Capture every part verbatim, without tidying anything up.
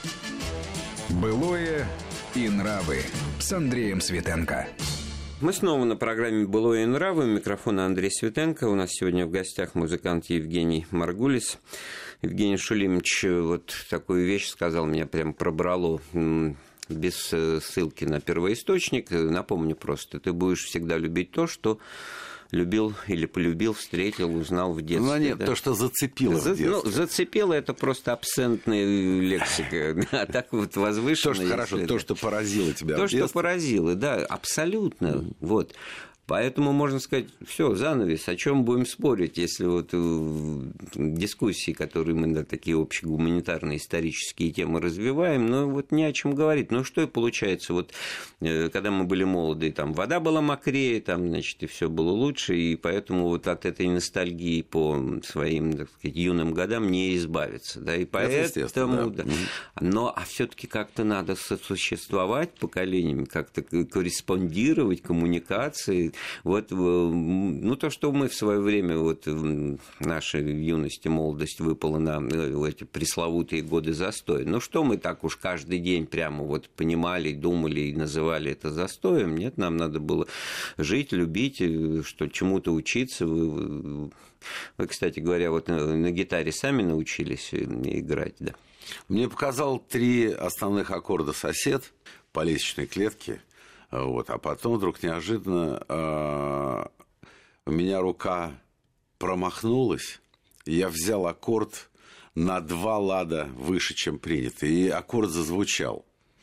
Былое и нравы с Андреем Светенко. Мы снова на программе «Былое и нравы». У микрофона Андрей Светенко. У нас сегодня в гостях музыкант Евгений Маргулис. Евгений Шулимович вот такую вещь сказал, меня прям пробрало без ссылки на первоисточник. Напомню просто, ты будешь всегда любить то, что любил или полюбил, встретил, узнал в детстве. Ну, нет, да? То, что зацепило За, в детстве. Ну, зацепило, это просто абсентная лексика. А так вот возвышенно. То, что хорошо, то, что поразило тебя То, в детстве. что поразило, да, абсолютно. Вот. Поэтому можно сказать, все, занавес, о чем будем спорить, если вот в дискуссии, которые мы на такие общегуманитарные исторические темы развиваем, ну вот не о чем говорить. Ну что и получается, вот когда мы были молоды, там вода была мокрее, там, значит, и все было лучше, и поэтому вот от этой ностальгии по своим, так сказать, юным годам не избавиться, да, и поэтому, да. Да. Но, а все-таки как-то надо сосуществовать поколениями, как-то корреспондировать, коммуникации. Вот, ну, то, что мы в свое время, вот, в нашей юности, молодость выпала на эти пресловутые годы застоя. Ну, что мы так уж каждый день прямо вот понимали, думали и называли это застоем? Нет, нам надо было жить, любить, что чему-то учиться. Вы, вы, кстати говоря, вот на, на гитаре сами научились играть, да? Мне показал три основных аккорда сосед по лестничной клетке. Вот, а потом вдруг неожиданно э, у меня рука промахнулась, и я взял аккорд на два лада выше, чем принято, и аккорд зазвучал.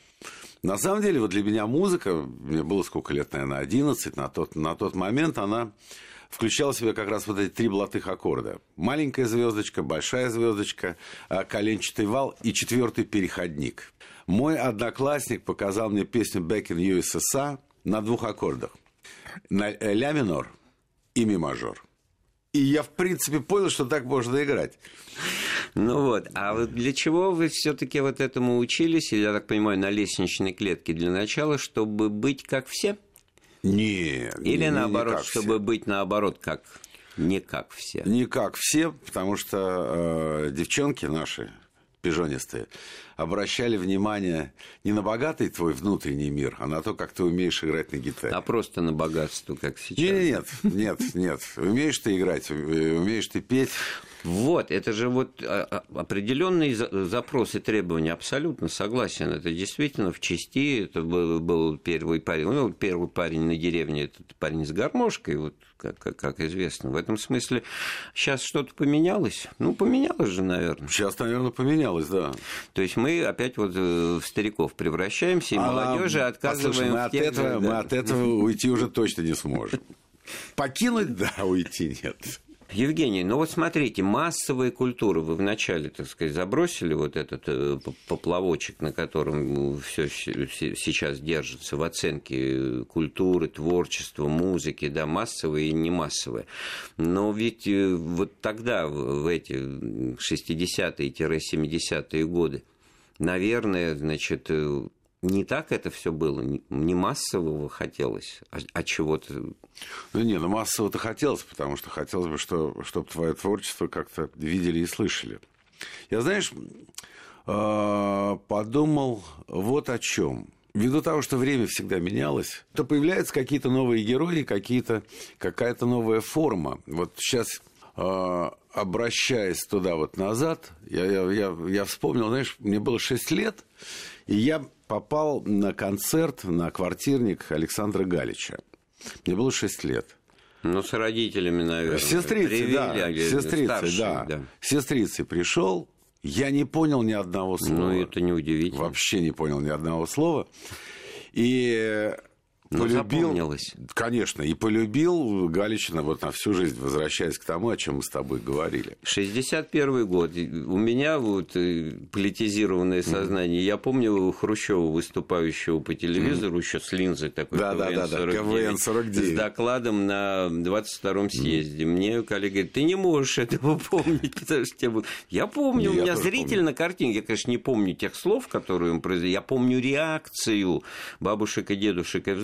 На самом деле, вот для меня музыка, мне было сколько лет, наверное, одиннадцать, на тот, на тот момент она включала в себя как раз вот эти три блатых аккорда. Маленькая звездочка, большая звездочка, коленчатый вал и четвертый переходник. Мой одноклассник показал мне песню «Back in ю эс эс ар» на двух аккордах. На ля минор и ми мажор. И я, в принципе, понял, что так можно играть. Ну вот, а вот для чего вы все-таки вот этому учились, я так понимаю, на лестничной клетке для начала, чтобы быть как все? Нет. Или не, наоборот, не чтобы все. быть наоборот как не как все? Не как все, потому что э, девчонки наши, пижонистые, обращали внимание не на богатый твой внутренний мир, а на то, как ты умеешь играть на гитаре. А просто на богатство, как сейчас? Нет, нет, нет. Умеешь ты играть, умеешь ты петь. Вот, это же вот определенные запросы, требования, абсолютно согласен. Это действительно в части, это был, был первый парень, ну, первый парень на деревне, этот парень с гармошкой, вот, как, как, как известно. В этом смысле сейчас что-то поменялось? Ну, поменялось же, наверное. Сейчас, наверное, поменялось, да. То есть мы опять вот в стариков превращаемся, и а молодежи отказываем. Послушай, мы, в от тех этого, же, мы да. от этого уйти уже точно не сможем. Покинуть, да, уйти нет. Евгений, ну вот смотрите, массовые культуры, вы вначале, так сказать, забросили вот этот поплавочек, на котором все сейчас держится в оценке культуры, творчества, музыки, да, массовые и не массовые. Но ведь вот тогда, в эти шестидесятые-семидесятые годы, наверное, значит, не так это все было, не массового хотелось, а, а чего-то. Ну не, ну массово-то хотелось, потому что хотелось бы, что, чтобы твое творчество как-то видели и слышали. Я, знаешь, подумал вот о чем. Ввиду того, что время всегда менялось, то появляются какие-то новые герои, какие-то, какая-то новая форма. Вот сейчас, обращаясь туда вот назад, я, я, я, я вспомнил, знаешь, мне было шесть лет, и я попал на концерт, на квартирник Александра Галича. Мне было шесть лет. Ну, с родителями, наверное. Сестрицей, да. Сестрицей, старшие, да. да. Сестрицей пришел. Я не понял ни одного слова. Ну, это неудивительно. Вообще не понял ни одного слова. И Но полюбил... запомнилось. Конечно, и полюбил Галичина вот на всю жизнь, возвращаясь к тому, о чем мы с тобой говорили. шестьдесят первый год. У меня вот политизированное сознание. Mm-hmm. Я помню Хрущева, выступающего по телевизору, mm-hmm. еще с линзой такой, да, КВН да, да, да. КВН сорок девять, с докладом на двадцать втором съезде. Mm-hmm. Мне коллега говорит, ты не можешь этого помнить, потому что тебе было... Я помню, не, у меня зрительно помню. Картинка. Я, конечно, не помню тех слов, которые он произнес. Я помню реакцию бабушек и дедушек и взрослых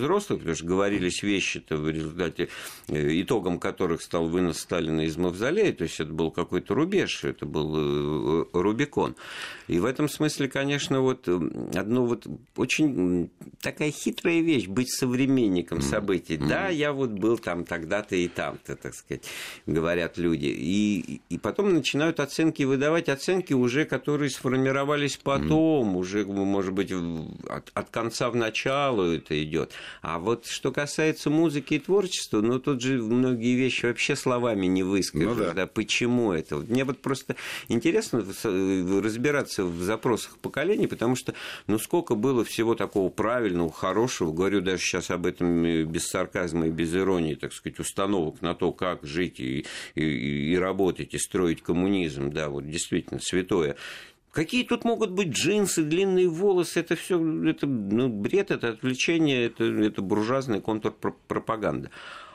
взрослых, потому что говорились вещи-то в результате, итогом которых стал вынос Сталина из мавзолея, то есть это был какой-то рубеж, это был Рубикон. И в этом смысле, конечно, вот одно вот очень такая хитрая вещь быть современником событий. Mm-hmm. Да, я вот был там тогда-то и там-то, так сказать, говорят люди. И, и потом начинают оценки выдавать, оценки уже, которые сформировались потом, mm-hmm. уже, может быть, от, от конца в начало это идет. А вот что касается музыки и творчества, ну тут же многие вещи вообще словами не выскажешь. Ну, да. Да, почему это? Мне вот просто интересно разбираться в запросах поколений, потому что, ну, сколько было всего такого правильного, хорошего, говорю даже сейчас об этом без сарказма и без иронии, так сказать, установок на то, как жить и, и, и работать, и строить коммунизм, да, вот действительно святое. Какие тут могут быть джинсы, длинные волосы, это все, это, ну, бред, это отвлечение, это, это буржуазная контрпропаганда.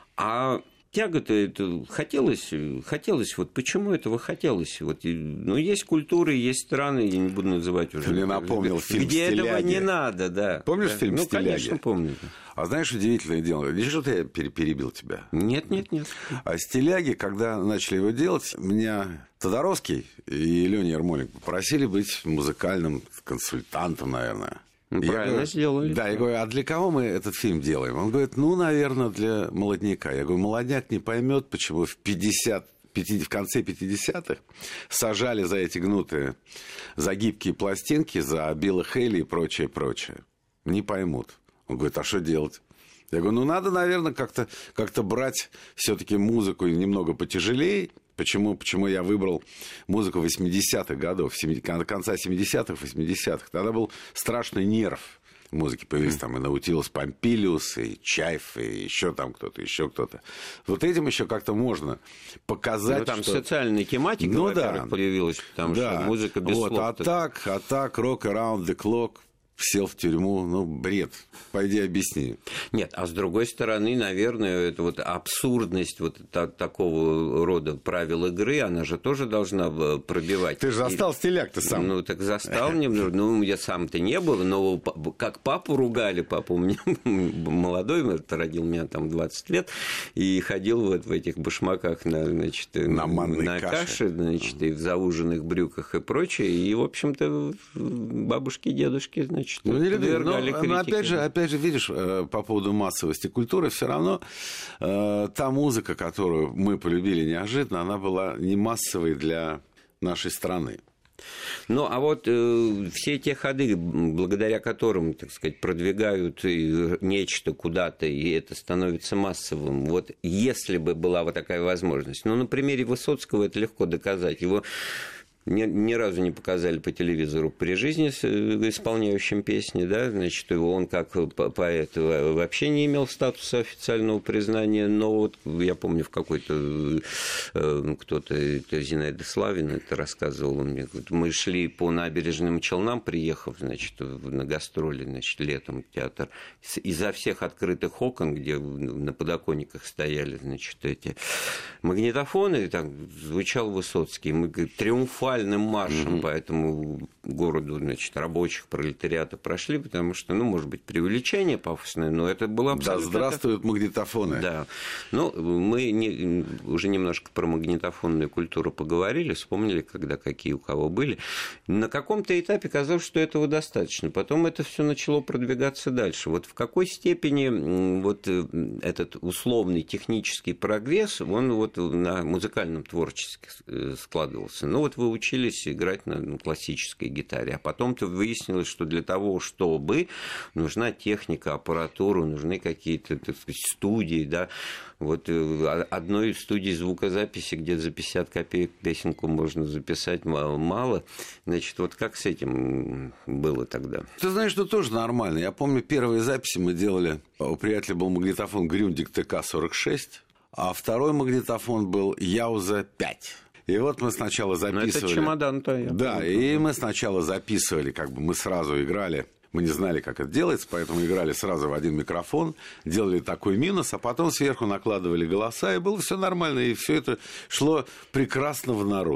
А тяга-то это хотелось, хотелось, вот почему этого хотелось? Вот, ну, есть культуры, есть страны, я не буду называть уже. Ты мне напомнил фильм где «Стиляги». Этого не надо, да. Помнишь да? фильм ну, «Стиляги»? Конечно, помню. А знаешь, удивительное дело, не что я перебил тебя? Нет, нет, нет. А «Стиляги», когда начали его делать, меня Тодоровский и Леня Ермолик попросили быть музыкальным консультантом, наверное. Ну, правильно говорю, сделали. Да, я говорю, а для кого мы этот фильм делаем? Он говорит, ну, наверное, для молодняка. Я говорю, молодняк не поймет, почему в пятьдесят, в конце пятидесятых сажали за эти гнутые, за гибкие пластинки, за Билла Хейли и прочее, прочее. Не поймут. Он говорит, а что делать? Я говорю, ну, надо, наверное, как-то, как-то брать все-таки музыку немного потяжелее. Почему, почему я выбрал музыку восьмидесятых годов, конца семидесятых, восьмидесятых. Тогда был страшный нерв музыки. Появились там и Наутилус Помпилиус, и Чайф, и еще там кто-то, еще кто-то. Вот этим еще как-то можно показать, ну, там что... социальная тематика, ну, во-первых, да. появилась, потому да. что музыка без вот, слов. А так, а так, rock around the clock... Сел в тюрьму, ну, бред. Пойди объясни. Нет, а с другой стороны, наверное, это вот абсурдность вот та- такого рода правил игры, она же тоже должна пробивать. Ты же застал стиляк-то сам. Ну, так застал немного. Ну, я сам-то не был, но как папу ругали, папа у меня молодой, родил меня там двадцать лет, и ходил вот в этих башмаках на, значит, на манной на каше, каше, значит, и в зауженных брюках и прочее. И, в общем-то, бабушки и дедушки, значит, ну, не люблю, но, но опять же, опять же, видишь, по поводу массовости культуры, все равно э, та музыка, которую мы полюбили неожиданно, она была не массовой для нашей страны. Ну, а вот э, все те ходы, благодаря которым, так сказать, продвигают нечто куда-то, и это становится массовым, вот если бы была вот такая возможность, ну, на примере Высоцкого это легко доказать, его... Ни, ни разу не показали по телевизору при жизни с исполняющим песни, да, значит, он как поэт вообще не имел статуса официального признания, но вот я помню в какой-то кто-то, это Зинаида Славина это рассказывала мне, мы шли по набережным Челнам, приехав, значит, на гастроли, значит, летом в театр, изо всех открытых окон, где на подоконниках стояли, значит, эти магнитофоны, там звучал Высоцкий, мы триумфально маршем mm-hmm. по этому городу, значит, рабочих, пролетариата прошли, потому что, ну, может быть, преувеличение пафосное, но это было абсолютно... Да, здравствуют магнитофоны. Да. Ну, мы не, уже немножко про магнитофонную культуру поговорили, вспомнили, когда какие у кого были. На каком-то этапе казалось, что этого достаточно. Потом это все начало продвигаться дальше. Вот в какой степени вот этот условный технический прогресс, он вот на музыкальном творчестве складывался. Ну, вот вы учились играть на ну, классической гитаре, а потом-то выяснилось, что для того, чтобы нужна техника, аппаратура, нужны какие-то, так сказать, студии, да, вот одной студии звукозаписи, где за пятьдесят копеек песенку можно записать мало, значит, вот как с этим было тогда? Ты знаешь, что тоже нормально. Я помню, первые записи мы делали, у приятеля был магнитофон Грюндик тэ ка сорок шесть, а второй магнитофон был Яуза пять. И вот мы сначала записывали... Но это чемодан-то. Да, и мы сначала записывали, как бы мы сразу играли, мы не знали, как это делается, поэтому играли сразу в один микрофон, делали такой минус, а потом сверху накладывали голоса, и было все нормально, и все это шло прекрасно в народ.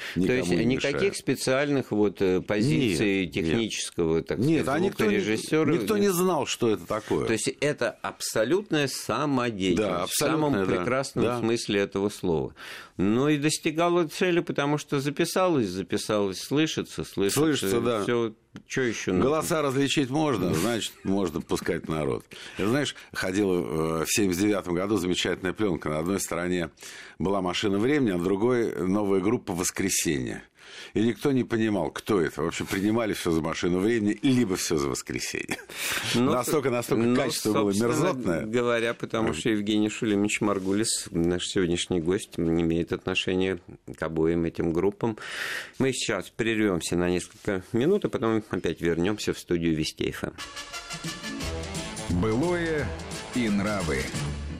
никому То есть не никаких мешают. специальных вот позиций нет, технического, нет. так нет, сказать, а никто, звукорежиссера. Никто не знал, что это такое. То есть это абсолютная самодеятельность, да, в самом да, прекрасном да. смысле этого слова. Ну и достигала цели, потому что записалось, записалось, слышится, слышится. Слышится, да. Всё, что еще нужно? Голоса различить можно, значит, можно пускать народ. И, знаешь, ходила в семьдесят девятом году замечательная пленка. На одной стороне была «Машина времени», а на другой новая группа «Воскресенье». И никто не понимал, кто это. Вообще принимали все за «Машину времени», либо все за «Воскресенье». Но, настолько, настолько но, качество было мерзотное. Говоря, потому что Евгений Шулимович Маргулис, наш сегодняшний гость, не имеет отношения к обоим этим группам. Мы сейчас прервемся на несколько минут, а потом опять вернемся в студию Вести ФМ. Былое и нравы.